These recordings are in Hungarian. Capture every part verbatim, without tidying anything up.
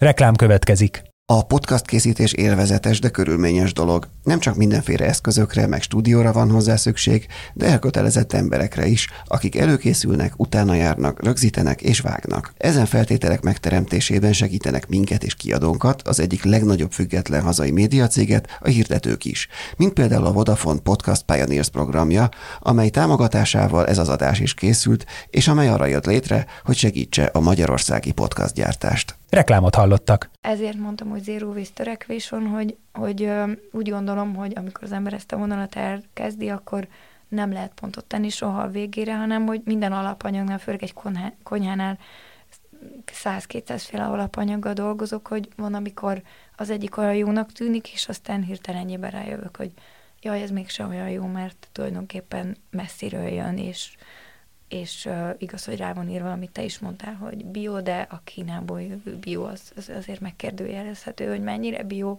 Reklám következik. A podcast készítés élvezetes, de körülményes dolog. Nem csak mindenféle eszközökre, meg stúdióra van hozzá szükség, de elkötelezett emberekre is, akik előkészülnek, utána járnak, rögzítenek és vágnak. Ezen feltételek megteremtésében segítenek minket és kiadónkat, az egyik legnagyobb független hazai médiacéget, a hirdetők is. Mint például a Vodafone Podcast Pioneers programja, amely támogatásával ez az adás is készült, és amely arra jött létre, hogy segítse a magyarországi podcast gyártást. Reklámot hallottak. Ezért mondtam, hogy zero waste törekvés van, hogy, hogy ö, úgy gondolom, hogy amikor az ember ezt a vonalat elkezdi, akkor nem lehet pontot tenni soha a végére, hanem hogy minden alapanyagnál, főleg egy konyhá, konyhánál száz-kétszáz féle alapanyaggal dolgozok, hogy van, amikor az egyik olyan jónak tűnik, és aztán hirtelenjében rájövök, hogy jaj, ez mégsem olyan jó, mert tulajdonképpen messziről jön, és és uh, igaz, hogy rá van írva, amit te is mondtál, hogy bio, de a Kínából jövő bio, az, az azért megkérdőjelezhető, hogy mennyire bio.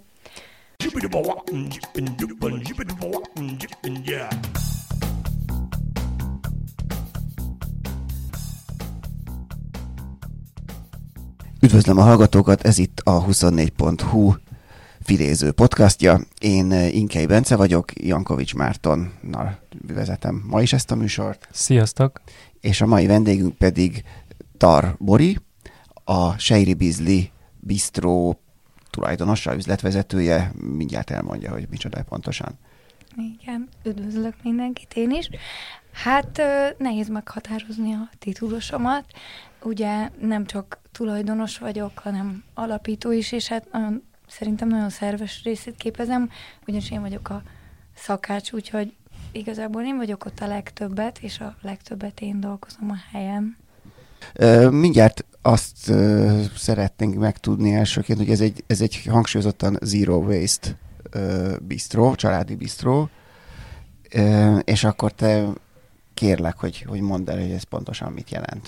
Üdvözlöm a hallgatókat, ez itt a huszonnégy pont hu filéző podcastja. Én Inkei Bence vagyok, Jankovics Mártonnal vezetem ma is ezt a műsort. Sziasztok! És a mai vendégünk pedig Tar Bori, a Sejri Bizli Bistró tulajdonosa, üzletvezetője. Mindjárt elmondja, hogy micsoda pontosan. Igen, üdvözlök mindenkit, én is. Hát nehéz meghatározni a titulosomat. Ugye nem csak tulajdonos vagyok, hanem alapító is, és hát nagyon, szerintem nagyon szerves részét képezem, ugyanis én vagyok a szakács, úgyhogy igazából én vagyok ott a legtöbbet, és a legtöbbet én dolgozom a helyen. Uh, mindjárt azt uh, szeretnénk megtudni elsőként, hogy ez egy, ez egy hangsúlyozottan zero waste uh, bistró, családi bistró, uh, és akkor te kérlek, hogy, hogy mondd el, hogy ez pontosan mit jelent.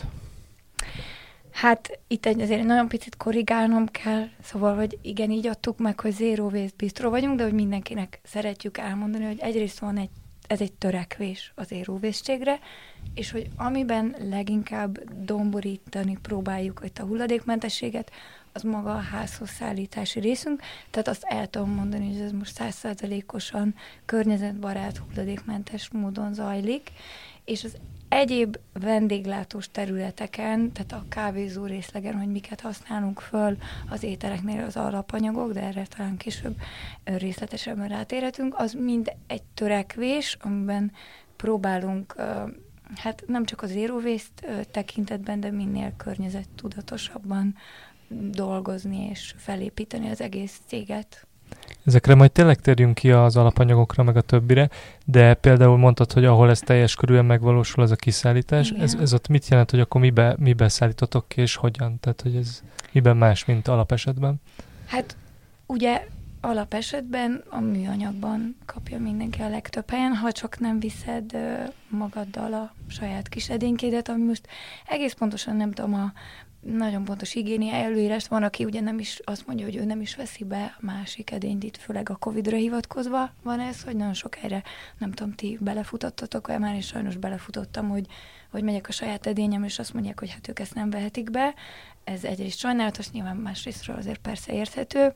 Hát itt egy, azért nagyon picit korrigálnom kell, szóval, hogy igen, így adtuk meg, hogy zero waste bistró vagyunk, de hogy mindenkinek szeretjük elmondani, hogy egyrészt van egy, ez egy törekvés az zero waste-ségre, és hogy amiben leginkább domborítani próbáljuk itt a hulladékmentességet, az maga a házhoz szállítási részünk, tehát azt el tudom mondani, hogy ez most száz százalékosan környezetbarát, hulladékmentes módon zajlik, és az egyéb vendéglátós területeken, tehát a kávézó részlegen, hogy miket használunk föl az ételeknél az alapanyagok, de erre talán később részletesebben rátérhetünk, az mind egy törekvés, amiben próbálunk hát nem csak az zero waste tekintetben, de minél környezettudatosabban dolgozni és felépíteni az egész céget. Ezekre majd tényleg térjünk ki az alapanyagokra, meg a többire, de például mondtad, hogy ahol ez teljes körülön megvalósul, az a kiszállítás. Ez, ez ott mit jelent, hogy akkor mibe, mibe szállítotok ki, és hogyan? Tehát, hogy ez miben más, mint alapesetben? Hát ugye alapesetben a műanyagban kapja mindenki a legtöbb helyen, ha csak nem viszed ö, magaddal a saját kis edénykédet, ami most egész pontosan nem tudom, a nagyon pontos higiénia előírást van, aki ugye nem is azt mondja, hogy ő nem is veszi be a másik edényt, itt főleg a Covidra hivatkozva van ez, hogy nagyon sok helyre, nem tudom, ti belefutottatok, vagy már is sajnos belefutottam, hogy, hogy megyek a saját edényem, és azt mondják, hogy hát ők ezt nem vehetik be. Ez egyrészt sajnálatos, nyilván másrésztről azért persze érthető.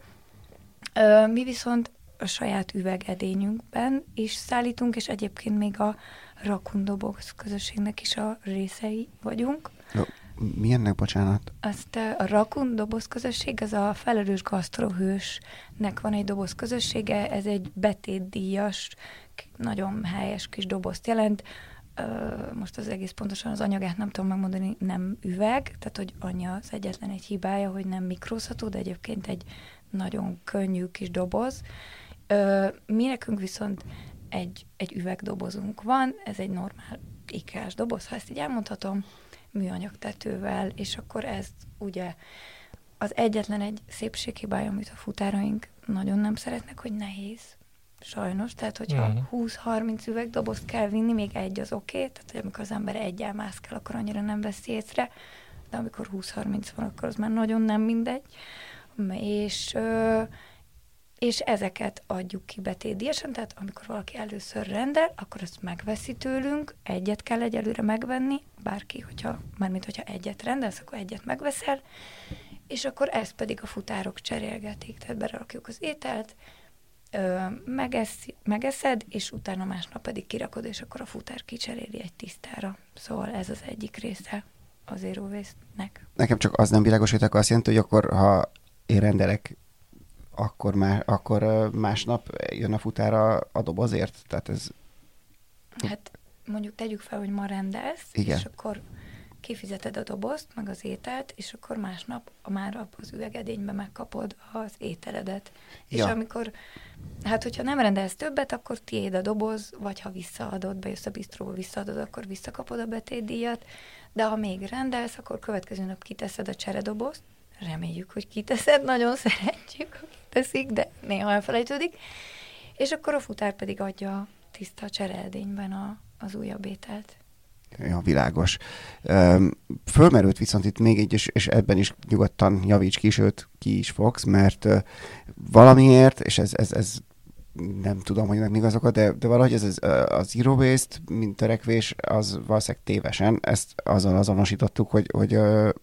Mi viszont a saját üvegedényünkben is szállítunk, és egyébként még a Rakun-doboz közösségnek is a részei vagyunk. Jó. Mi ennek, bocsánat? Azt a Rakun-doboz közösség, az a felelős gasztrohősnek van egy doboz közössége, ez egy betétdíjas, nagyon helyes kis dobozt jelent. Most az egész pontosan az anyagát nem tudom megmondani, nem üveg, tehát hogy annyi az egyetlen egy hibája, hogy nem mikrózható, de egyébként egy nagyon könnyű kis doboz. Mi nekünk viszont egy, egy üvegdobozunk van, ez egy normál ikás doboz, ha ezt így elmondhatom, műanyag tetővel, és akkor ez ugye az egyetlen egy szépséghibája, amit a futáraink nagyon nem szeretnek, hogy nehéz. Sajnos, tehát hogyha uh-huh. húsz-harminc üvegdobozt kell vinni, még egy az oké, okay, tehát hogy amikor az ember egyel mászkál, akkor annyira nem veszi észre, de amikor húsz-harminc van, akkor az már nagyon nem mindegy. És, és ezeket adjuk ki betétdíjasan, tehát amikor valaki először rendel, akkor azt megveszi tőlünk, egyet kell egyelőre megvenni, bárki, hogyha, mármint hogyha egyet rendelsz, akkor egyet megveszel, és akkor ezt pedig a futárok cserélgetik, tehát berakjuk az ételt, ö, megesz, megeszed, és utána másnap pedig kirakod, és akkor a futár kicseréli egy tisztára. Szóval ez az egyik része az Zero Waste-nek. Nekem csak az nem világos, hogy akkor azt jelenti, hogy akkor, ha én rendelek, akkor, má, akkor másnap jön a futára a dobozért? Tehát ez... Hát mondjuk tegyük fel, hogy ma rendelsz, igen. És akkor kifizeted a dobozt, meg az ételt, és akkor másnap a már az üvegedénybe megkapod az ételedet. Ja. És amikor, hát hogyha nem rendelsz többet, akkor tiéd a doboz, vagy ha visszaadod, bejössz a bistróba, visszaadod, akkor visszakapod a betétdíjat, de ha még rendelsz, akkor következő nap kiteszed a cseredobozt, reméljük, hogy kiteszed, nagyon szeretjük, hogy teszik, de néha elfelejtődik, és akkor a futár pedig adja tiszta csereedényben a, az újabb ételt. Ja, világos. Fölmerült viszont itt még egy, és, és ebben is nyugodtan javíts ki, sőt, ki is fogsz, mert valamiért, és ez, ez, ez nem tudom, hogy meg még azokat, de, de valahogy ez, ez a Zero Waste, mint törekvés, az valószínűleg tévesen. Ezt azon azonosítottuk, hogy, hogy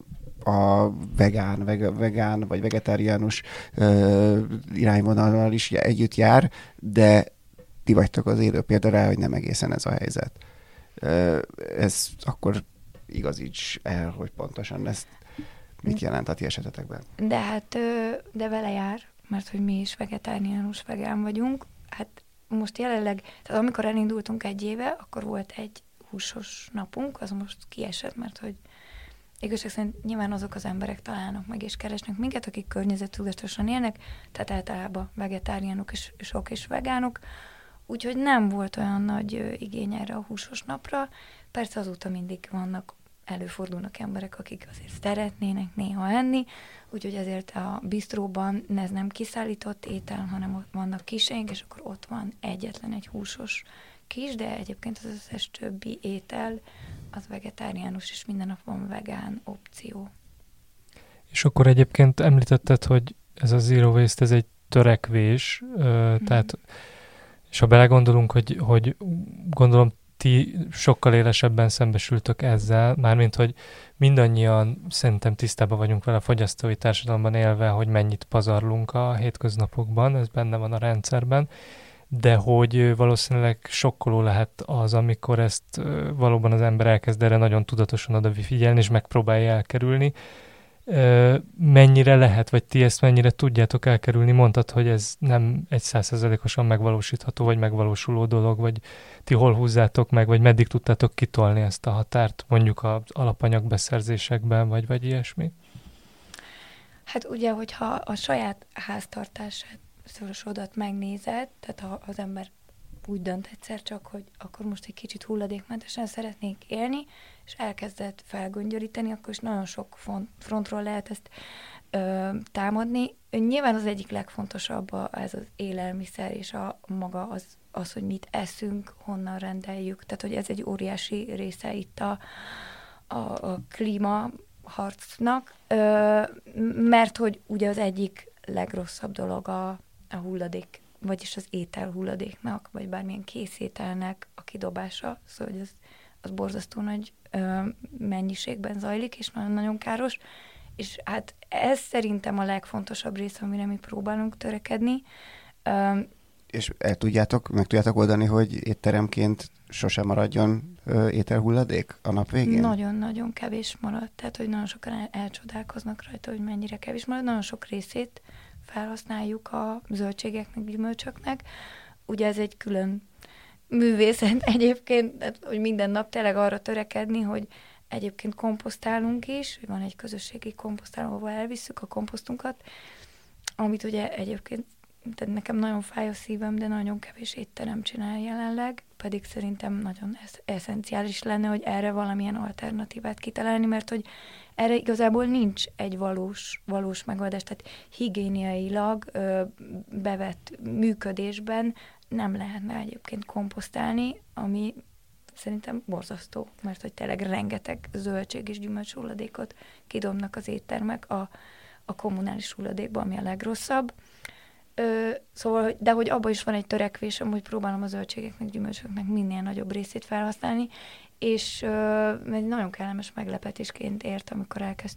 a vegán, vegán vagy vegetáriánus irányvonalal is együtt jár, de ti vagytok az élő példa rá, hogy nem egészen ez a helyzet. Ez akkor igazíts el, hogy pontosan ezt mit jelent a ti esetetekben. De hát, de vele jár, mert hogy mi is vegetáriánus, vegán vagyunk. Hát most jelenleg, tehát amikor elindultunk egy éve, akkor volt egy húsos napunk, az most kiesett, mert hogy igazság szerint nyilván azok az emberek találnak meg és keresnek minket, akik környezettudatosan élnek, tehát általában vegetáriánok és sok és vegánok, úgyhogy nem volt olyan nagy igény erre a húsos napra. Persze azóta mindig vannak, előfordulnak emberek, akik azért szeretnének néha enni, úgyhogy ezért a bistróban ez nem kiszállított étel, hanem ott vannak kiseink, és akkor ott van egyetlen egy húsos kis, de egyébként az összes többi étel az vegetáriánus, és minden nap van vegán opció. És akkor egyébként említetted, hogy ez a Zero Waste, ez egy törekvés, mm-hmm. tehát és ha belegondolunk, hogy, hogy gondolom ti sokkal élesebben szembesültök ezzel, mármint, hogy mindannyian szerintem tisztában vagyunk vele a fogyasztói társadalomban élve, hogy mennyit pazarlunk a hétköznapokban, ez benne van a rendszerben, de hogy valószínűleg sokkoló lehet az, amikor ezt valóban az ember elkezd erre nagyon tudatosan odafigyelni, és megpróbálja elkerülni. Mennyire lehet, vagy ti ezt mennyire tudjátok elkerülni? Mondtad, hogy ez nem egy százszerzalékosan megvalósítható, vagy megvalósuló dolog, vagy ti hol húzzátok meg, vagy meddig tudtátok kitolni ezt a határt, mondjuk az alapanyagbeszerzésekben, vagy, vagy ilyesmi? Hát ugye, hogyha a saját háztartását, szorosodat megnézed, tehát ha az ember úgy dönt egyszer csak, hogy akkor most egy kicsit hulladékmentesen szeretnék élni, és elkezdett felgöngyöríteni, akkor is nagyon sok frontról lehet ezt ö, támadni. Nyilván az egyik legfontosabb a, ez az élelmiszer, és a maga az, az, hogy mit eszünk, honnan rendeljük. Tehát, hogy ez egy óriási része itt a, a, a klímaharcnak, ö, mert hogy ugye az egyik legrosszabb dolog a, a hulladék, vagyis az étel hulladéknak, vagy bármilyen készételnek a kidobása, szóval hogy az, az borzasztó nagy ö, mennyiségben zajlik, és nagyon-nagyon káros, és hát ez szerintem a legfontosabb része, amire mi próbálunk törekedni. Ö, és el tudjátok, meg tudjátok oldani, hogy étteremként sosem maradjon ö, ételhulladék a nap végén? Nagyon-nagyon kevés marad, tehát hogy nagyon sokan el, elcsodálkoznak rajta, hogy mennyire kevés marad, nagyon sok részét felhasználjuk a zöldségeknek, gyümölcsöknek. Ugye ez egy külön művészet egyébként, hogy minden nap tényleg arra törekedni, hogy egyébként komposztálunk is, van egy közösségi komposztáló, ahol elvisszük a komposztunkat, amit ugye egyébként tehát nekem nagyon fáj a szívem, de nagyon kevés étterem csinál jelenleg, pedig szerintem nagyon esz- eszenciális lenne, hogy erre valamilyen alternatívát kitalálni, mert hogy erre igazából nincs egy valós, valós megoldás, tehát higiéniailag ö, bevett működésben nem lehetne egyébként komposztálni, ami szerintem borzasztó, mert hogy tényleg rengeteg zöldség és gyümölcs hulladékot kidobnak az éttermek a, a kommunális hulladékba, ami a legrosszabb. Ö, szóval, de hogy abban is van egy törekvésem, hogy próbálom a zöldségeknek, gyümölcsöknek minél nagyobb részét felhasználni, és ö, egy nagyon kellemes meglepetésként ért, amikor elkezdtük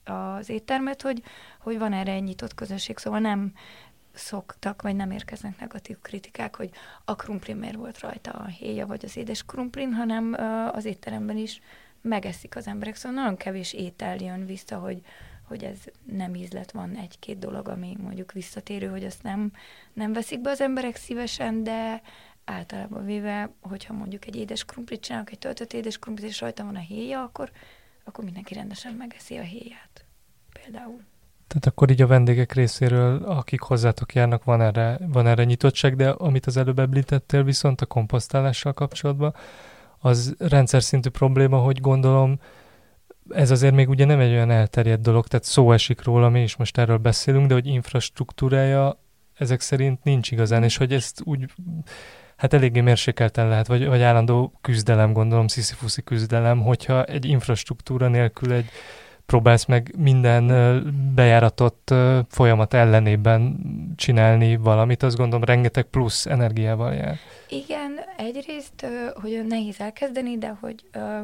az éttermet, hogy, hogy van erre egy nyitott közönség, szóval nem szoktak, vagy nem érkeznek negatív kritikák, hogy a krumplin miért volt rajta a héja, vagy az édes krumplin, hanem az étteremben is megeszik az emberek. Szóval nagyon kevés étel jön vissza, hogy, hogy ez nem ízlet, van egy-két dolog, ami mondjuk visszatérő, hogy azt nem, nem veszik be az emberek szívesen, de általában véve, hogyha mondjuk egy édes krumplit csinálok, egy töltött édes krumplit, és rajta van a héja, akkor, akkor mindenki rendesen megeszi a héját. Például. Tehát akkor így a vendégek részéről, akik hozzátok járnak, van erre, van erre nyitottság, de amit az előbb említettél viszont a komposztálással kapcsolatban, az rendszer szintű probléma, hogy gondolom, ez azért még ugye nem egy olyan elterjedt dolog, tehát szó esik róla, mi is most erről beszélünk, de hogy infrastruktúrája ezek szerint nincs igazán, és hogy ezt úgy, hát eléggé mérsékelten lehet, vagy, vagy állandó küzdelem, gondolom, sziszifuszi küzdelem, hogyha egy infrastruktúra nélkül egy próbálsz meg minden bejáratott folyamat ellenében csinálni valamit, azt gondolom rengeteg plusz energiával jár. Igen, egyrészt, hogy nehéz elkezdeni, de hogy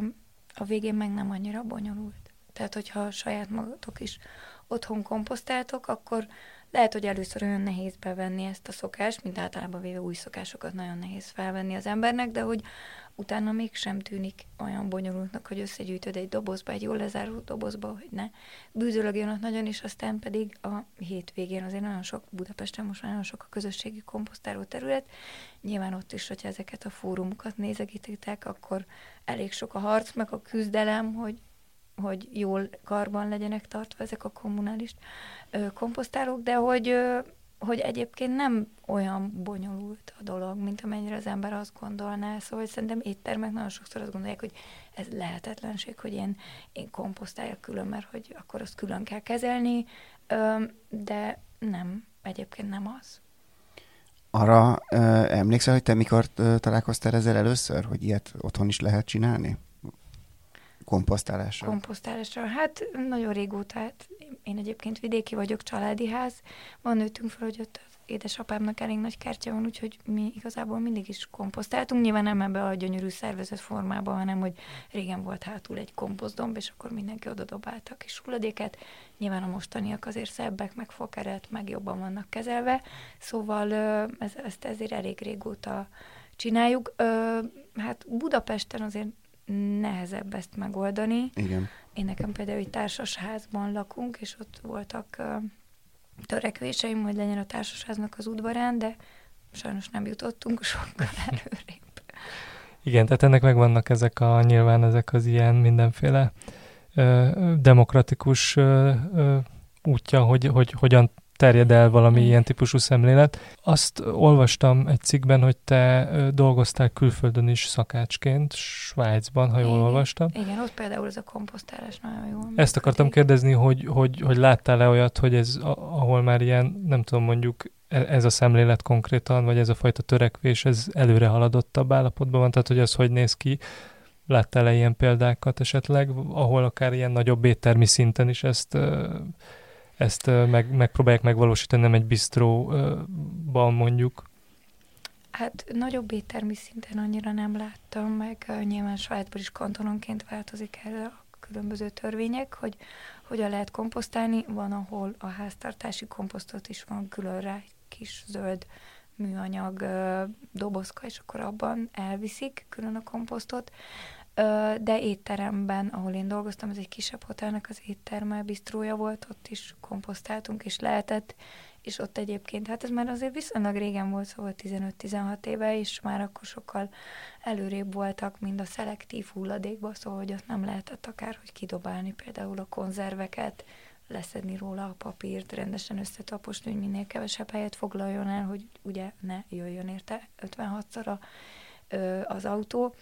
a végén meg nem annyira bonyolult. Tehát, hogyha saját magatok is otthon komposztáltok, akkor lehet, hogy először olyan nehéz bevenni ezt a szokást, mint általában véve új szokásokat nagyon nehéz felvenni az embernek, de hogy utána mégsem tűnik olyan bonyolultnak, hogy összegyűjtöd egy dobozba, egy jól lezáró dobozba, hogy ne bűzölögjön ott nagyon, és aztán pedig a hétvégén azért nagyon sok, Budapesten most már nagyon sok a közösségi komposztáló terület. Nyilván ott is, hogyha ezeket a fórumokat nézegítitek, akkor elég sok a harc, meg a küzdelem, hogy hogy jól karban legyenek tartva ezek a kommunális ö, komposztálók, de hogy, ö, hogy egyébként nem olyan bonyolult a dolog, mint amennyire az ember azt gondolná. Szóval szerintem éttermek nagyon sokszor azt gondolják, hogy ez lehetetlenség, hogy én, én komposztáljak külön, mert hogy akkor azt külön kell kezelni, ö, de nem, egyébként nem az. Arra ö, emlékszel, hogy te mikor ö, találkoztál ezzel először, hogy ilyet otthon is lehet csinálni? Komposztálásra? Komposztálásra. Hát nagyon régóta, hát én egyébként vidéki vagyok, családi ház. Van nőttünk fel, hogy ott az édesapámnak elég nagy kertje van, úgyhogy mi igazából mindig is komposztáltunk. Nyilván nem ebbe a gyönyörű szervezett formában, hanem hogy régen volt hátul egy komposztdomb, és akkor mindenki oda dobálta a kis hulladéket. Nyilván a mostaniak azért szebbek, meg fokeret, meg jobban vannak kezelve. Szóval ez, ezt ezért elég régóta csináljuk. Hát Budapesten azért nehezebb ezt megoldani. Igen. Én nekem például egy társasházban lakunk, és ott voltak uh, törekvéseim, hogy legyen a társasháznak az udvarán, de sajnos nem jutottunk sokkal előrébb. Igen, tehát ennek megvannak ezek a, nyilván ezek az ilyen mindenféle ö, demokratikus ö, ö, útja, hogy, hogy hogyan terjed el valami mm. ilyen típusú szemlélet. Azt olvastam egy cikkben, hogy te dolgoztál külföldön is szakácsként, Svájcban, ha jól igen, olvastam. Igen, ott például ez a komposztálás nagyon jó. Ezt akartam kérdezni, hogy, hogy, hogy láttál-e olyat, hogy ez, ahol már ilyen, nem tudom, mondjuk ez a szemlélet konkrétan, vagy ez a fajta törekvés, ez előre haladottabb állapotban van, tehát hogy az hogy néz ki? Láttál-e ilyen példákat esetleg, ahol akár ilyen nagyobb éttermi szinten is ezt ezt meg, megpróbálják megvalósítani, nem egy bistróban mondjuk? Hát nagyobb éttermi szinten annyira nem láttam, meg uh, nyilván Svájcban is kantononként változik erre a különböző törvények, hogy hogyan lehet komposztálni. Van, ahol a háztartási komposztot is van külön rá egy kis zöld műanyag uh, dobozka, és akkor abban elviszik külön a komposztot. De étteremben, ahol én dolgoztam, ez egy kisebb hotelnek az étterme, bistrója volt, ott is komposztáltunk, és lehetett, és ott egyébként, hát ez már azért viszonylag régen volt, szóval tizenöt-tizenhat éve, és már akkor sokkal előrébb voltak, mint a szelektív hulladékba, szóval hogy ott nem lehetett akár, hogy kidobálni például a konzerveket, leszedni róla a papírt, rendesen összetaposni, hogy minél kevesebb helyet foglaljon el, hogy ugye ne jöjjön érte ötvenhatszor a, az autó.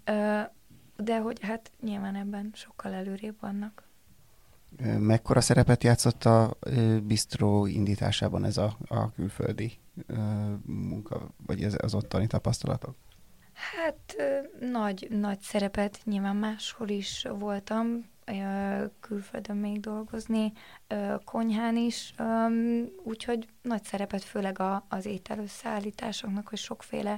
De hogy hát nyilván ebben sokkal előrébb vannak. Mekkora szerepet játszott a bistró indításában ez a, a külföldi munka, vagy ez az ottani tapasztalatok? Hát nagy, nagy szerepet, nyilván máshol is voltam, külföldön még dolgozni, konyhán is, úgyhogy nagy szerepet főleg az étel összeállításoknak, hogy sokféle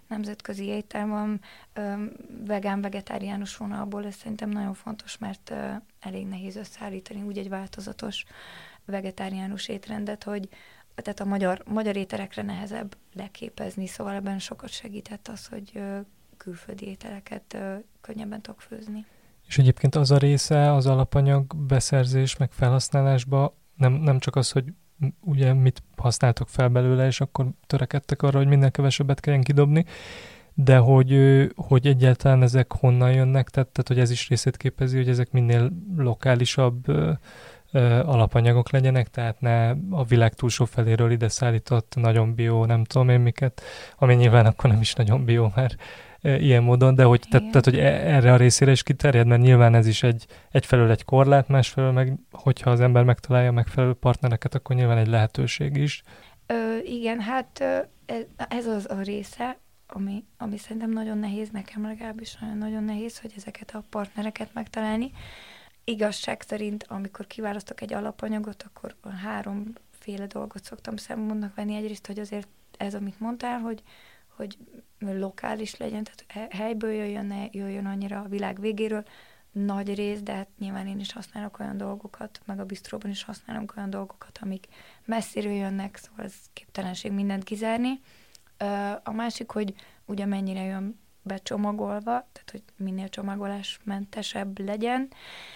nemzetközi étel van, vegán-vegetáriánus vonalból, ez szerintem nagyon fontos, mert ö, elég nehéz összeállítani úgy egy változatos vegetáriánus étrendet, hogy tehát a magyar, magyar ételekre nehezebb leképezni, szóval ebben sokat segített az, hogy ö, külföldi ételeket ö, könnyebben tudok főzni. És egyébként az a része az alapanyag beszerzés meg felhasználásba nem, nem csak az, hogy ugye mit használtok fel belőle, és akkor törekedtek arra, hogy minél kevesebbet kelljen kidobni, de hogy, hogy egyáltalán ezek honnan jönnek, tehát, tehát hogy ez is részét képezi, hogy ezek minél lokálisabb ö, ö, alapanyagok legyenek, tehát ne a világ túlsó feléről ide szállított nagyon bio, nem tudom én miket, ami nyilván akkor nem is nagyon bio már e, ilyen módon, de hogy, tehát, tehát, hogy erre a részére is kiterjed, mert nyilván ez is egy, egyfelől egy korlát, másfelől meg, hogyha az ember megtalálja megfelelő partnereket, akkor nyilván egy lehetőség is. Ö, igen, hát ez, ez az a része, ami, ami szerintem nagyon nehéz, nekem legalábbis nagyon nehéz, hogy ezeket a partnereket megtalálni. Igazság szerint, amikor kiválasztok egy alapanyagot, akkor háromféle dolgot szoktam szempontnak venni. Egyrészt, hogy azért ez, amit mondtál, hogy, hogy lokális legyen, tehát helyből jöjjön, ne jöjjön annyira a világ végéről, nagy rész, de hát nyilván én is használok olyan dolgokat, meg a bistróban is használunk olyan dolgokat, amik messziről jönnek, szóval ez képtelenség mindent kizárni. A másik, hogy ugye mennyire jön becsomagolva, tehát hogy minél csomagolásmentesebb legyen,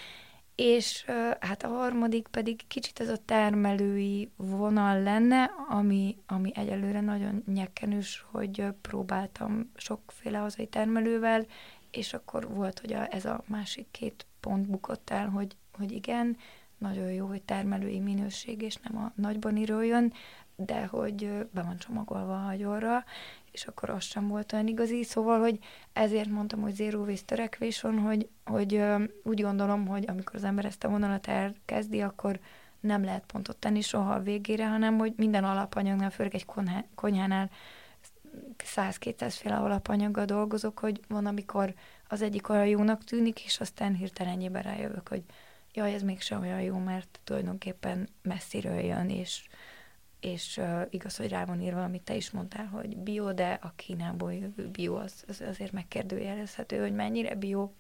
és hát a harmadik pedig kicsit ez a termelői vonal lenne, ami, ami egyelőre nagyon nyekkenős, hogy próbáltam sokféle hazai termelővel, és akkor volt, hogy a, ez a másik két pont bukott el, hogy, hogy igen, nagyon jó, hogy termelői minőség, és nem a nagybaniről jön, de hogy be van csomagolva a hagyóra, és akkor az sem volt olyan igazi. Szóval, hogy ezért mondtam, hogy zero waste törekvés van, hogy, hogy úgy gondolom, hogy amikor az ember ezt a vonalat elkezdi, akkor nem lehet pontot tenni soha a végére, hanem hogy minden alapanyagnál, főleg egy konyhánál száz-kétszáz féle alapanyaggal dolgozok, hogy van, amikor az egyik olyan jónak tűnik, és aztán hirtelen ennyiben rájövök, hogy jaj, ez mégsem olyan jó, mert tulajdonképpen messziről jön, és és uh, igaz, hogy rá van írva, amit te is mondtál, hogy bio, de a Kínából jövő bio, az, az azért megkérdőjelezhető, hogy mennyire bio.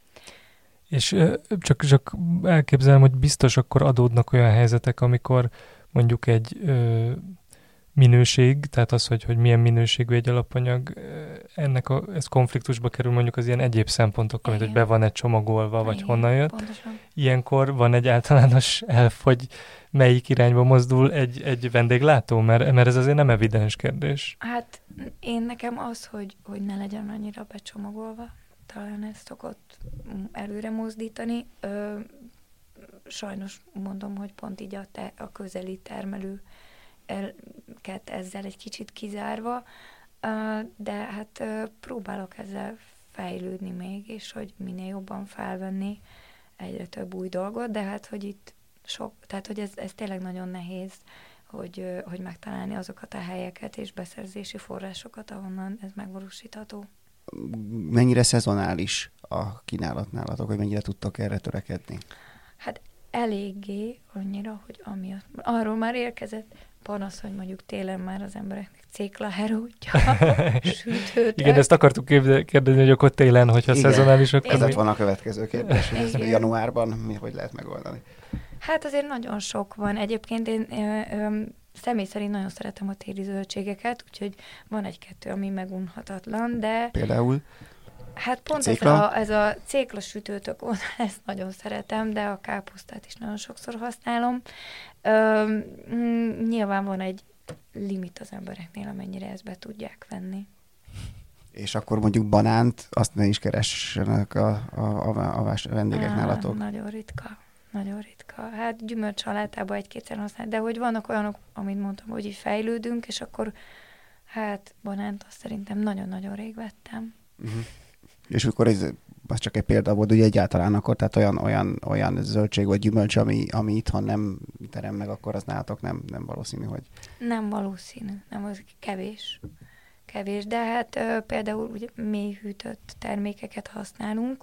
És uh, csak, csak elképzelem, hogy biztos akkor adódnak olyan helyzetek, amikor mondjuk egy uh, minőség, tehát az, hogy, hogy milyen minőségű egy alapanyag, ennek a, ez konfliktusba kerül mondjuk az ilyen egyéb szempontokkal, mint hogy be van-e csomagolva, vagy igen, honnan jött. Pontosan. Ilyenkor van egy általános elf, hogy melyik irányba mozdul egy, egy vendéglátó, mert, mert ez azért nem evidens kérdés. Hát én nekem az, hogy, hogy ne legyen annyira becsomagolva, talán ez szokott előre mozdítani. Ö, sajnos mondom, hogy pont így a, te, a közeli termelő elket ezzel egy kicsit kizárva, de hát próbálok ezzel fejlődni még, és hogy minél jobban felvenni egyre több új dolgot, de hát, hogy itt sok, tehát, hogy ez, ez tényleg nagyon nehéz, hogy, hogy megtalálni azokat a helyeket és beszerzési forrásokat, ahonnan ez megvalósítható. Mennyire szezonális a kínálat nálatok, hogy mennyire tudtok erre törekedni? Hát eléggé annyira, hogy amiatt, arról már érkezett panasz, hogy mondjuk télen már az embereknek céklaherótja, sütőt. Igen, ezt akartuk kérdezni, hogy akkor télen, hogyha igen, szezonális, akkor... Ez lett volna a következő kérdés, hogy ezt januárban mi, hogy lehet megoldani? Hát azért nagyon sok van. Egyébként én ö, ö, személy szerint nagyon szeretem a téli zöldségeket, úgyhogy van egy-kettő, ami megunhatatlan, de... Például? Hát pont ez a, ez a cékla sütőtök, ezt nagyon szeretem, de a káposztát is nagyon sokszor használom. Ö, m- nyilván van egy limit az embereknél, amennyire ezt be tudják venni. És akkor mondjuk banánt, azt ne is keressenek a, a, a, a vendégek nálatok? Nagyon ritka. Nagyon ritka. Hát gyümölcs salátában egy-kétszer használ, de hogy vannak olyanok, amit mondtam, hogy így fejlődünk, és akkor hát banánt azt szerintem nagyon-nagyon rég vettem. Uh-huh. És akkor ez az csak egy példa volt, hogy egyáltalán akkor, tehát olyan, olyan, olyan zöldség vagy gyümölcs, ami, ami itthon nem terem meg, akkor az nálatok nem, nem valószínű, hogy... Nem valószínű, nem, az kevés. Kevés, de hát ö, például ugye mélyhűtött termékeket használunk,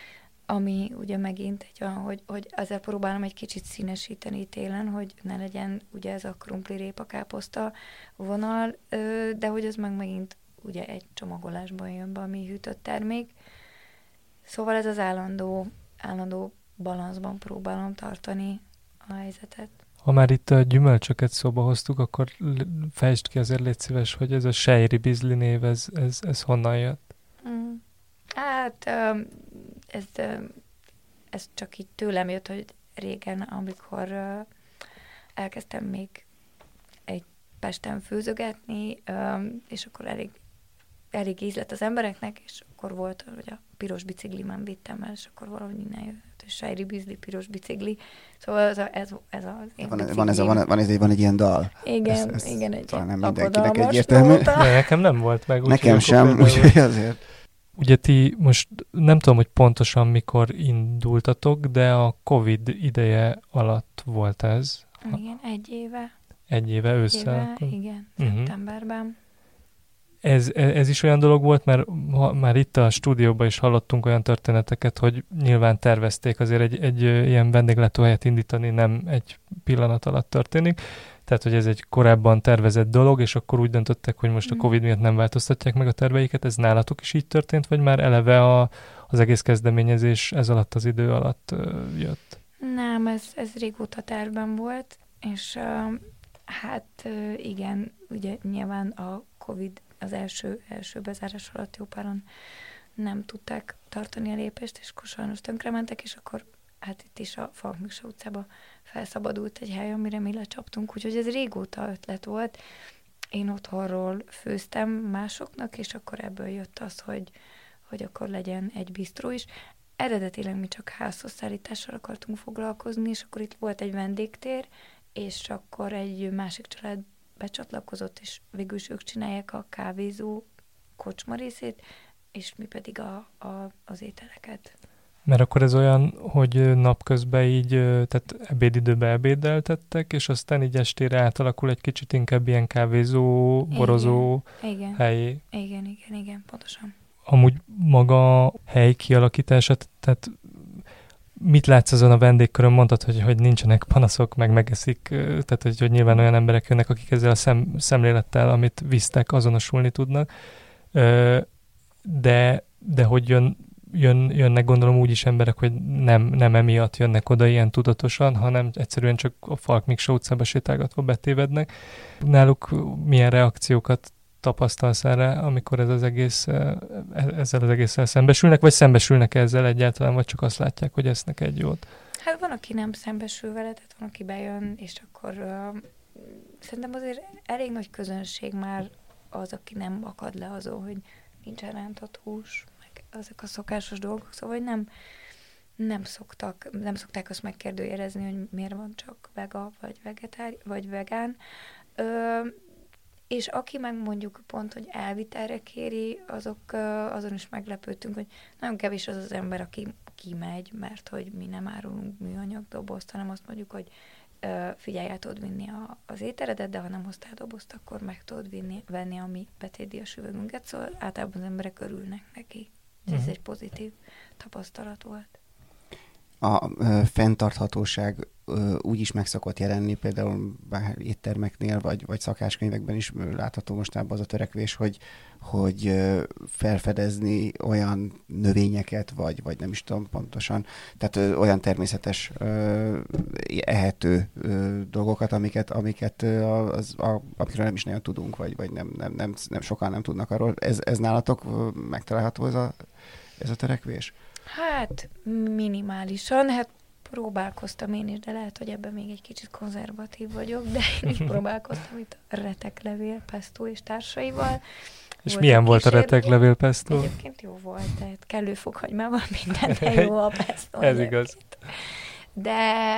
ami ugye megint egy olyan, hogy, hogy ezzel próbálom egy kicsit színesíteni télen, hogy ne legyen ugye ez a krumpli répa káposzta vonal, ö, de hogy ez meg megint ugye egy csomagolásban jön be a mi hűtött termék. Szóval ez az állandó, állandó balanszban próbálom tartani a helyzetet. Ha már itt a gyümölcsöket szóba hoztuk, akkor fejtsd ki azért, légy szíves, hogy ez a sejri bizli név, ez, ez, ez honnan jött? Mm. Hát ez, ez csak így tőlem jött, hogy régen, amikor elkezdtem még egy Pesten főzögetni, és akkor elég, elég íz lett az embereknek, és akkor volt, hogy a piros biciklimen vittem el, és akkor valahogy innen jött, és sejri bizli, piros bicikli. Szóval ez, a, ez, ez az én van, van, ez a, van, van, ez, van egy ilyen dal. Igen, ez, ez igen, egy talán nem mindenkinek egyértelmű. De nekem nem volt meg. Nekem sem, úgyhogy azért. Ugye ti most nem tudom, hogy pontosan mikor indultatok, de a Covid ideje alatt volt ez. Igen, egy éve. Egy éve ősszel. Éve, igen, uh-huh. Szeptemberben. Ez, ez is olyan dolog volt, mert ha, már itt a stúdióban is hallottunk olyan történeteket, hogy nyilván tervezték azért egy, egy ilyen vendéglátóhelyet indítani, nem egy pillanat alatt történik. Tehát, hogy ez egy korábban tervezett dolog, és akkor úgy döntöttek, hogy most a Covid miatt nem változtatják meg a terveiket. Ez nálatok is így történt, vagy már eleve a, az egész kezdeményezés ez alatt az idő alatt uh, jött? Nem, ez, ez régóta tervben volt, és uh, hát uh, igen, ugye nyilván a Covid az első, első bezárás alatt jó páran nem tudták tartani a lépést, és akkor sajnos tönkrementek, és akkor hát itt is a Falk Miksa utcába felszabadult egy hely, amire mi lecsaptunk, úgyhogy ez régóta ötlet volt. Én otthonról főztem másoknak, és akkor ebből jött az, hogy, hogy akkor legyen egy bisztró is. Eredetileg mi csak házhozszállítással akartunk foglalkozni, és akkor itt volt egy vendégtér, és akkor egy másik család becsatlakozott, és végül is ők csinálják a kávézó kocsma részét, és mi pedig a, a, az ételeket. Mert akkor ez olyan, hogy napközben így, tehát ebédidőben ebédeltettek, és aztán így estére átalakul egy kicsit inkább ilyen kávézó, borozó igen, helyé. Igen, igen, igen, pontosan. Amúgy maga a hely kialakítását, tehát mit látsz azon a vendégkörön? Mondtad, hogy, hogy nincsenek panaszok, meg megeszik, tehát hogy, hogy nyilván olyan emberek jönnek, akik ezzel a szem, szemlélettel, amit visztek, azonosulni tudnak. De, de hogy jön, jön, jönnek gondolom úgy is emberek, hogy nem, nem emiatt jönnek oda ilyen tudatosan, hanem egyszerűen csak a Falk Miksa utcába sétálgatva betévednek. Náluk milyen reakciókat tapasztalsz erre, amikor ez az egész, ezzel az egésszel szembesülnek, vagy szembesülnek ezzel egyáltalán, vagy csak azt látják, hogy esznek egy jót? Hát van, aki nem szembesül vele, tehát van, aki bejön, és akkor uh, szerintem azért elég nagy közönség már az, aki nem akad le azon, hogy nincsen rántott hús, meg ezek a szokásos dolgok, szóval hogy nem, nem szoktak, nem szokták azt megkérdőjelezni, hogy miért van csak vega, vagy vegetári, vagy vegán. Uh, És aki meg mondjuk pont, hogy elvitelre kéri, azok, azon is meglepődtünk, hogy nagyon kevés az az ember, aki kimegy, mert hogy mi nem árulunk műanyag dobozt, hanem azt mondjuk, hogy figyelj, el tudod vinni a, az ételedet, de ha nem hoztál dobozt, akkor meg tudod vinni, venni a mi betétdíjas üvegünket, szóval általában az emberek örülnek neki. Ez uh-huh. egy pozitív tapasztalat volt. A ö, fenntarthatóság ö, úgy is meg szokott jelenni, például bár éttermeknél, vagy, vagy szakáskönyvekben is látható mostában az a törekvés, hogy, hogy ö, felfedezni olyan növényeket, vagy, vagy nem is tudom pontosan, tehát ö, olyan természetes ö, ehető ö, dolgokat, amiket, amiket ö, az, a, amikről nem is nagyon tudunk, vagy, vagy nem, nem, nem, nem sokan nem tudnak arról. Ez, ez nálatok ö, megtalálható ez a, ez a törekvés? Hát minimálisan, hát próbálkoztam én is, de lehet, hogy ebben még egy kicsit konzervatív vagyok, de én is próbálkoztam itt a reteklevél, pesto és társaival. És volt milyen volt a reteklevél pesto? Egyébként jó volt, tehát kellő fokhagymával mindenben jó a pesto. Ez igaz. De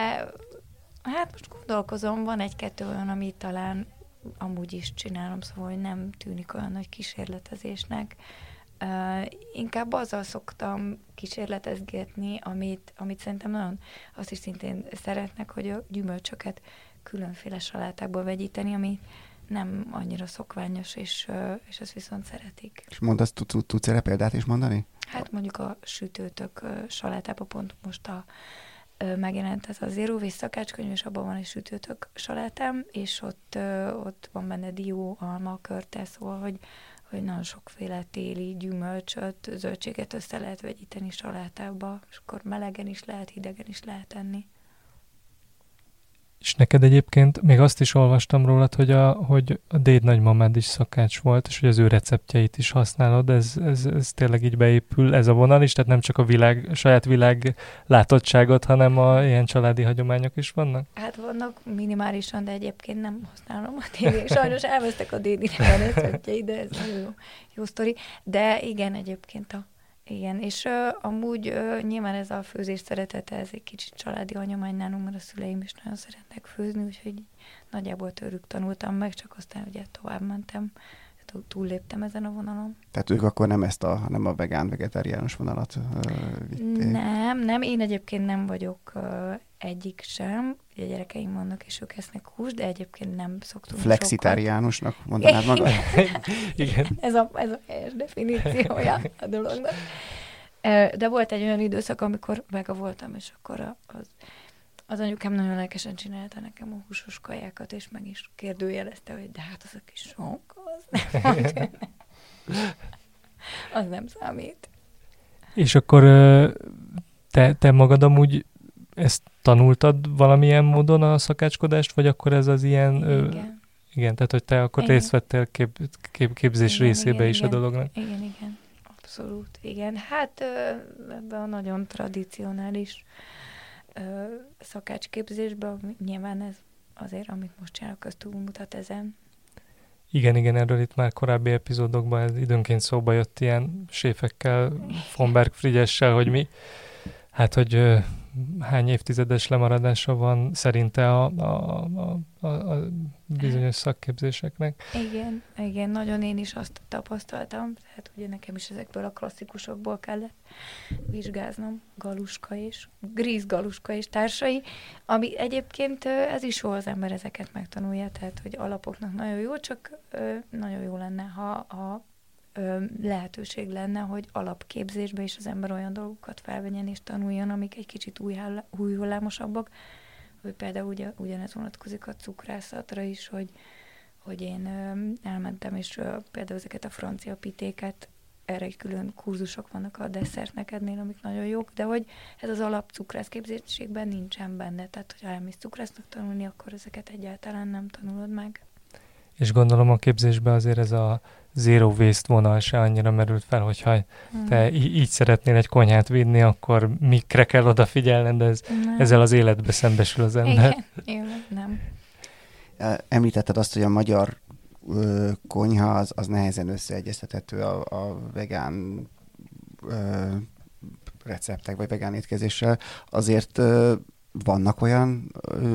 hát most gondolkozom, van egy-kettő olyan, amit talán amúgy is csinálom, szóval hogy nem tűnik olyan nagy kísérletezésnek. Uh, inkább azzal szoktam kísérletezgetni, amit, amit szerintem nagyon azt is szintén szeretnek, hogy a gyümölcsöket különféle salátákból vegyíteni, ami nem annyira szokványos, és, uh, és azt viszont szeretik. És mondasz, tudsz erre példát is mondani? Hát mondjuk a sütőtök uh, salátában pont most a uh, megjelent ez a Zero Waste szakácskönyv, és abban van egy sütőtök salátám, és ott, uh, ott van benne dió, alma, körte, szóval, hogy hogy nagyon sokféle téli gyümölcsöt, zöldséget össze lehet vegyíteni salátába, és akkor melegen is lehet, hidegen is lehet enni. És neked egyébként még azt is olvastam rólad, hogy a, hogy a déd nagymamád is szakács volt, és hogy az ő receptjeit is használod, ez, ez, ez tényleg így beépül, ez a vonal is, tehát nem csak a világ, a saját világ látottságot, hanem a ilyen családi hagyományok is vannak? Hát vannak minimálisan, de egyébként nem használom a dédi. Sajnos elvesztek a dédinek a receptjei, de ez nagyon jó, jó sztori. De igen, egyébként a Igen, és uh, amúgy uh, nyilván ez a főzés szeretete, ez egy kicsit családi hagyomány nálunk, mert a szüleim is nagyon szeretnek főzni, úgyhogy nagyjából tőlük tanultam meg, csak aztán ugye tovább mentem, túlléptem ezen a vonalon. Tehát ők akkor nem ezt a, nem a vegán-vegetáriánus vonalat uh, vitték? Nem, nem, én egyébként nem vagyok uh, egyik sem, ugye gyerekeim vannak, és ők esznek húst, de egyébként nem szoktunk flexitáriánusnak mondanád magad? Igen. Ez a, ez a helyes definíciója a dolognak. De volt egy olyan időszak, amikor vega voltam, és akkor az, az anyukám nagyon lelkesen csinálta nekem a húsos kajákat, és meg is kérdőjelezte, hogy de hát az a kis sonka, az nem, az nem számít. És akkor te, te magad amúgy ezt tanultad valamilyen módon a szakácskodást, vagy akkor ez az ilyen... Igen. Igen, tehát hogy te akkor igen. részt vettél kép, kép, képzés igen, részébe igen, is igen. a dolognak. Igen, igen. Abszolút, igen. Hát ebben a nagyon tradicionális szakácsképzésben nyilván ez azért, amit most csinálok, az túlmutat ezen. Igen, igen, erről itt már korábbi epizódokban ez időnként szóba jött ilyen séfekkel, von Berg Frigyessel, hogy mi, hát hogy ö, hány évtizedes lemaradása van szerinte a, a, a, a, a bizonyos szakképzéseknek. Igen, igen, nagyon én is azt tapasztaltam, tehát ugye nekem is ezekből a klasszikusokból kellett vizsgáznom, Galuska és Gríz Galuska és társai, ami egyébként ez is jó, az ember ezeket megtanulja, tehát hogy alapoknak nagyon jó, csak nagyon jó lenne, ha, ha lehetőség lenne, hogy alapképzésbe is az ember olyan dolgokat felvegyen és tanuljon, amik egy kicsit új, új hullámosabbak, hogy például ugye, ugyanez vonatkozik a cukrászatra is, hogy, hogy én ö, elmentem, és ö, például ezeket a francia pitéket, erre egy külön kurzusok vannak a desszertnekednél, amik nagyon jók, de hogy ez az alap cukrászképzésségben nincsen benne, tehát hogyha elmész cukrásznak tanulni, akkor ezeket egyáltalán nem tanulod meg. És gondolom a képzésben azért ez a zero waste vonal se annyira merült fel, hogyha hmm. te í- így szeretnél egy konyhát vinni, akkor mikre kell odafigyelned, de ez, ezzel az életbe szembesül az ember. Igen, én nem. Említetted azt, hogy a magyar ö, konyha az, az nehezen összeegyeztethető a, a vegán ö, receptek, vagy vegán étkezéssel. Azért ö, vannak olyan,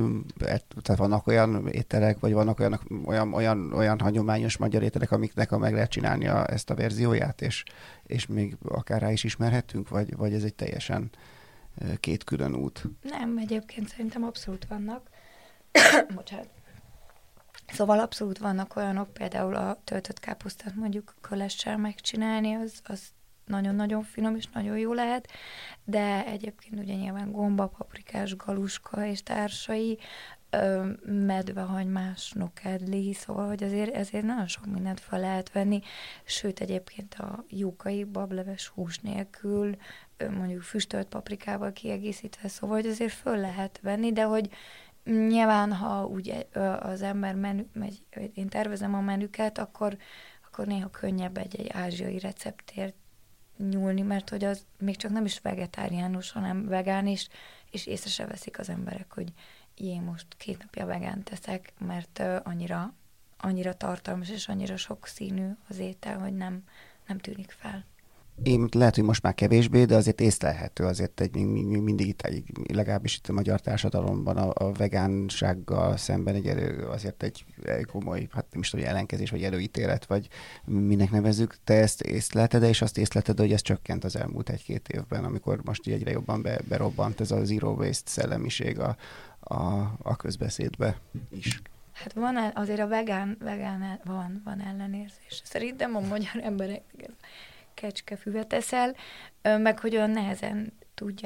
tehát vannak olyan ételek, vagy vannak olyan, olyan, olyan, olyan hagyományos magyar ételek, amiknek meg lehet csinálni a, ezt a verzióját, és, és még akár rá is ismerhetünk, vagy, vagy ez egy teljesen két külön út? Nem, egyébként szerintem abszolút vannak. Bocsánat. Szóval abszolút vannak olyanok, például a töltött káposztát mondjuk kölessel megcsinálni, az, az nagyon-nagyon finom és nagyon jó lehet, de egyébként ugye nyilván gomba, paprikás, galuska és társai, medvehagymás, nokedli, szóval, hogy azért ezért nagyon sok mindent fel lehet venni, sőt egyébként a jókai bableves hús nélkül, mondjuk füstölt paprikával kiegészítve, szóval, hogy azért föl lehet venni, de hogy nyilván, ha úgy az ember menü, megy, én tervezem a menüket, akkor, akkor néha könnyebb egy-egy ázsiai receptért nyúlni, mert hogy az még csak nem is vegetáriánus, hanem vegán is, és észre se veszik az emberek, hogy én most két napja vegán teszek, mert uh, annyira, annyira tartalmas és annyira sokszínű az étel, hogy nem, nem tűnik fel. Én lehet, hogy most már kevésbé, de azért észlelhető, azért egy, még mindig itt, legalábbis itt a magyar társadalomban a, a vegánsággal szemben egy erő, azért egy komoly, hát nem is tudom, ellenkezés, vagy előítélet, vagy minek nevezzük. Te ezt észlelted, és azt észlelted, hogy ez csökkent az elmúlt egy-két évben, amikor most egyre jobban be, berobbant ez a zero waste szellemiség a, a, a közbeszédbe is. Hát van azért a vegán, vegán van, van ellenérzés. Szerintem a magyar emberek kecskefüvet eszel, meg hogy olyan nehezen tudják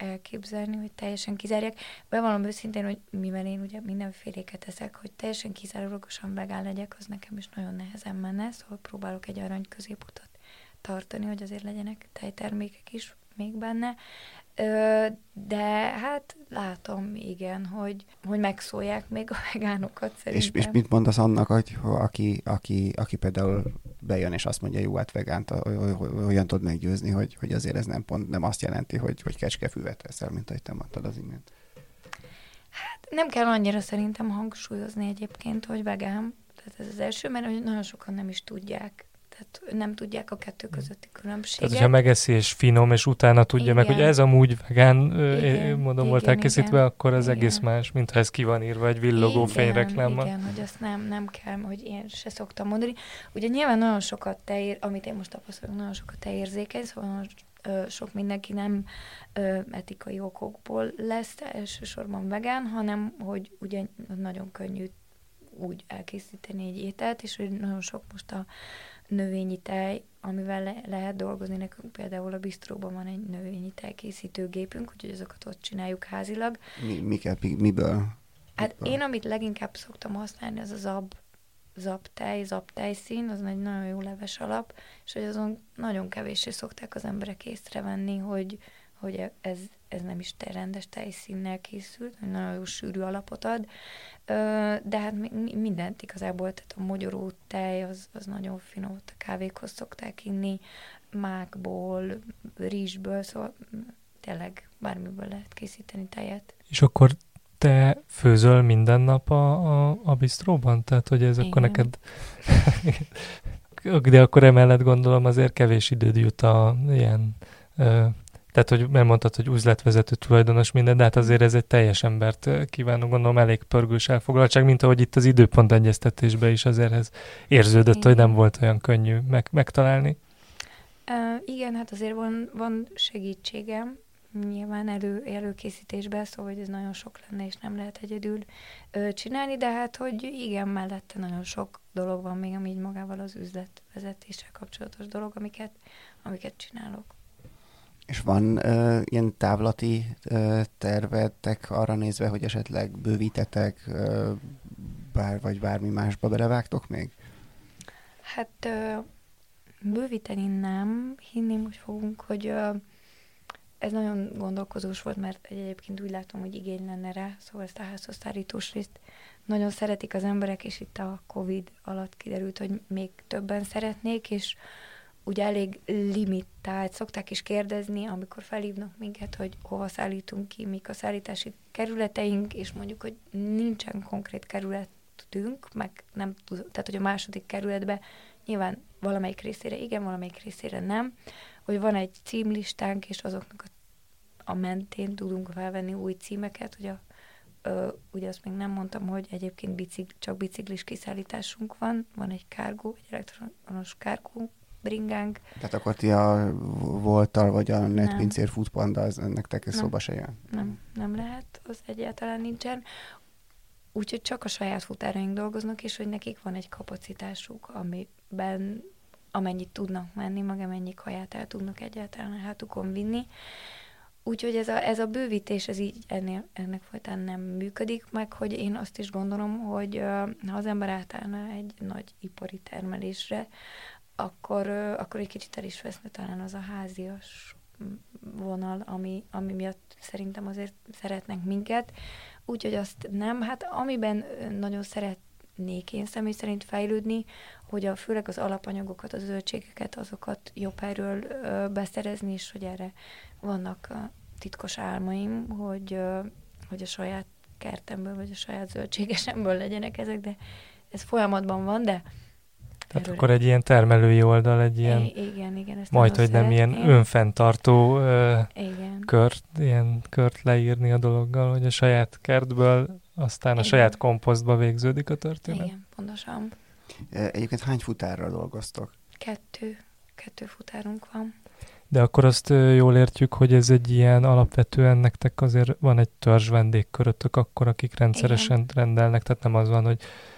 elképzelni, hogy teljesen kizárják. Bevallom őszintén, hogy mivel én ugye mindenféléket eszek, hogy teljesen kizárólagosan vegán legyek, az nekem is nagyon nehezen menne, szóval próbálok egy arany középutat tartani, hogy azért legyenek tejtermékek is még benne. De hát látom, igen, hogy, hogy megszólják még a vegánokat szerintem. És, és mit mondasz annak, hogy aki, aki, aki például bejön és azt mondja, jó, hát vegánt, olyan tud meggyőzni, hogy, hogy azért ez nem pont nem azt jelenti, hogy, hogy kecskefüvet eszel, mint ahogy te mondtad az imént. Hát nem kell annyira szerintem hangsúlyozni egyébként, hogy vegán. Tehát ez az első, mert nagyon sokan nem is tudják. Tehát nem tudják a kettő közötti különbséget. Tehát, hogyha megeszi és finom, és utána tudja igen. meg, hogy ez amúgy vegán igen, módon volt elkészítve, igen, akkor az igen. egész más, mintha ez ki van írva egy villogó fényreklámmal. Igen, hogy azt nem, nem kell, hogy én se szoktam mondani. Ugye nyilván nagyon sokat te ér, amit én most tapasztalok, nagyon sokat te érzékeny, szóval ö, sok mindenki nem ö, etikai okokból lesz elsősorban vegán, hanem hogy ugye nagyon könnyű úgy elkészíteni egy ételt, és hogy nagyon sok most a növényi tej, amivel le- lehet dolgozni. Nekünk például a bistróban van egy növényi tejkészítő gépünk, úgyhogy azokat ott csináljuk házilag. Mi, miket, mi, miből? Hát miből? Én, amit leginkább szoktam használni, az a zab, zabtej, zabtejszín, az egy nagyon jó leves alap, és hogy azon nagyon kevéssé szokták az emberek észrevenni, hogy, hogy ez, ez nem is te rendes tejszínnel készült, hogy nagyon jó sűrű alapot ad, de hát mindent igazából, tehát a mogyoró tej, az, az nagyon finom, a kávékhoz szokták inni, mákból, rizsből, szóval tényleg bármiből lehet készíteni tejet. És akkor te főzöl minden nap a, a, a bistróban? Tehát, hogy ez igen. akkor neked... De akkor emellett gondolom azért kevés időd jut a ilyen... Ö, tehát, hogy nem mondtad, hogy üzletvezető tulajdonos minden, de hát azért ez egy teljes embert kívánok, gondolom elég pörgős elfoglaltság, mint ahogy itt az időpont egyeztetésben is azért ez érződött, igen. hogy nem volt olyan könnyű meg, megtalálni. Uh, igen, hát azért van, van segítségem, nyilván elő, előkészítésben, szóval hogy ez nagyon sok lenne, és nem lehet egyedül uh, csinálni, de hát, hogy igen, mellette nagyon sok dolog van még, ami így magával az üzletvezetéssel kapcsolatos dolog, amiket, amiket csinálok. És van uh, ilyen távlati uh, tervetek arra nézve, hogy esetleg bővítetek, uh, bár, vagy bármi másba belevágtok még? Hát uh, bővíteni nem, hinni most fogunk, hogy uh, ez nagyon gondolkozós volt, mert egyébként úgy látom, hogy igény lenne rá, szóval ezt a házhoz szárítós részt nagyon szeretik az emberek, és itt a Covid alatt kiderült, hogy még többen szeretnék, és ugye elég limitált, szokták is kérdezni, amikor felhívnak minket, hogy hova szállítunk ki, mik a szállítási kerületeink, és mondjuk, hogy nincsen konkrét kerületünk, meg nem tudom, tehát hogy a második kerületben nyilván valamelyik részére igen, valamelyik részére nem, hogy van egy címlistánk, és azoknak a, a mentén tudunk felvenni új címeket, hogy a, ö, ugye azt még nem mondtam, hogy egyébként bicikl, csak biciklis kiszállításunk van, van egy kárgó, egy elektronos kárgó, bringánk. Tehát akkor ti a Volttal vagy a Netpincér Foodpanda, az nektek ez szóba se jön? Nem, nem lehet, az egyáltalán nincsen. Úgyhogy csak a saját futáraink dolgoznak, és hogy nekik van egy kapacitásuk, amiben amennyit tudnak menni, meg amennyi kaját el tudnak egyáltalán a hátukon vinni. Úgyhogy ez a, ez a bővítés, ez így ennél, ennek folytán nem működik, meg hogy én azt is gondolom, hogy ha az ember átállna egy nagy ipari termelésre, akkor, akkor egy kicsit el is veszne talán az a házias vonal, ami, ami miatt szerintem azért szeretnek minket. Úgyhogy azt nem, hát amiben nagyon szeretnék én személy szerint fejlődni, hogy a, főleg az alapanyagokat, az zöldségeket, azokat jobb helyről ö, beszerezni, és hogy erre vannak a titkos álmaim, hogy, ö, hogy a saját kertemből, vagy a saját zöldségesemből legyenek ezek, de ez folyamatban van, de tehát akkor egy ilyen termelői oldal, egy ilyen, I- igen, igen, ezt majd, hogy nem ilyen önfenntartó uh, igen. kört, ilyen kört leírni a dologgal, hogy a saját kertből, aztán igen. a saját komposztba végződik a történet. Igen, pontosan. Egyébként hány futárral dolgoztok? Kettő. Kettő futárunk van. De akkor azt jól értjük, hogy ez egy ilyen alapvetően nektek azért van egy törzs vendégkörötök akkor, akik rendszeresen igen. rendelnek, tehát nem az van, hogy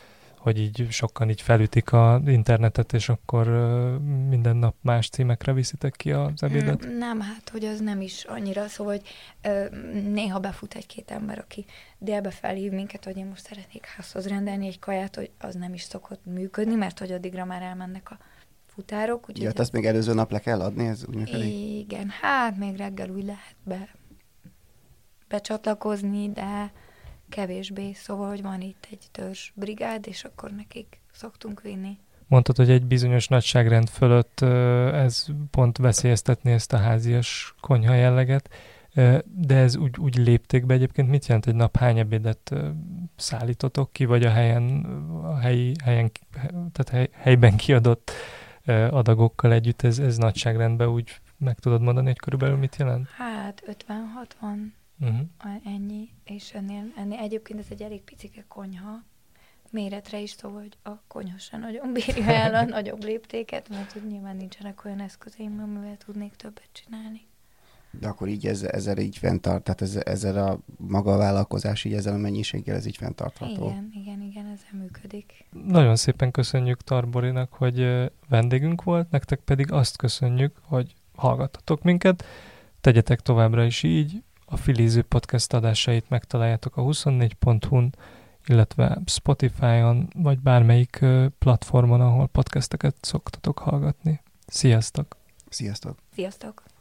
hogy így sokan így felütik az internetet, és akkor minden nap más címekre viszitek ki az ebédet? Nem, hát, hogy az nem is annyira, szóval, hogy ö, néha befut egy-két ember, aki délbe felhív minket, hogy én most szeretnék házhoz rendelni egy kaját, hogy az nem is szokott működni, mert hogy addigra már elmennek a futárok. Ja, hát azt még előző nap le kell adni, ez úgy működik? Igen, hát még reggel úgy lehet be, becsatlakozni, de kevésbé, szóval, hogy van itt egy törzs brigád, és akkor nekik szoktunk vinni. Mondtad, hogy egy bizonyos nagyságrend fölött ez pont veszélyeztetni ezt a házias konyha jelleget, de ez úgy, úgy léptékbe egyébként mit jelent egy nap, hány ebédet szállítotok ki, vagy a helyen, a helyi, helyen tehát hely, helyben kiadott adagokkal együtt, ez, ez nagyságrendben úgy meg tudod mondani, hogy körülbelül mit jelent? Hát ötven-hatvan. Uh-huh. Ennyi, és ennél, ennél egyébként ez egy elég picike konyha, méretre is, szóval, hogy a konyha sem nagyon bírja el a nagyobb léptéket, mert hogy nyilván nincsenek olyan eszközeim, amivel tudnék többet csinálni. De akkor így ezzel, ezzel így fenntart, tehát ezzel, ezzel a maga a vállalkozás, így ezzel a mennyiséggel ez így fenntartható. Igen, igen, igen, ezzel működik. Nagyon szépen köszönjük Tarborinak, hogy vendégünk volt, nektek pedig azt köszönjük, hogy hallgattatok minket, tegyetek továbbra is így. A Filiző podcast adásait megtaláljátok a huszonnégy pont hu-n, illetve Spotify-on, vagy bármelyik platformon, ahol podcasteket szoktatok hallgatni. Sziasztok! Sziasztok! Sziasztok!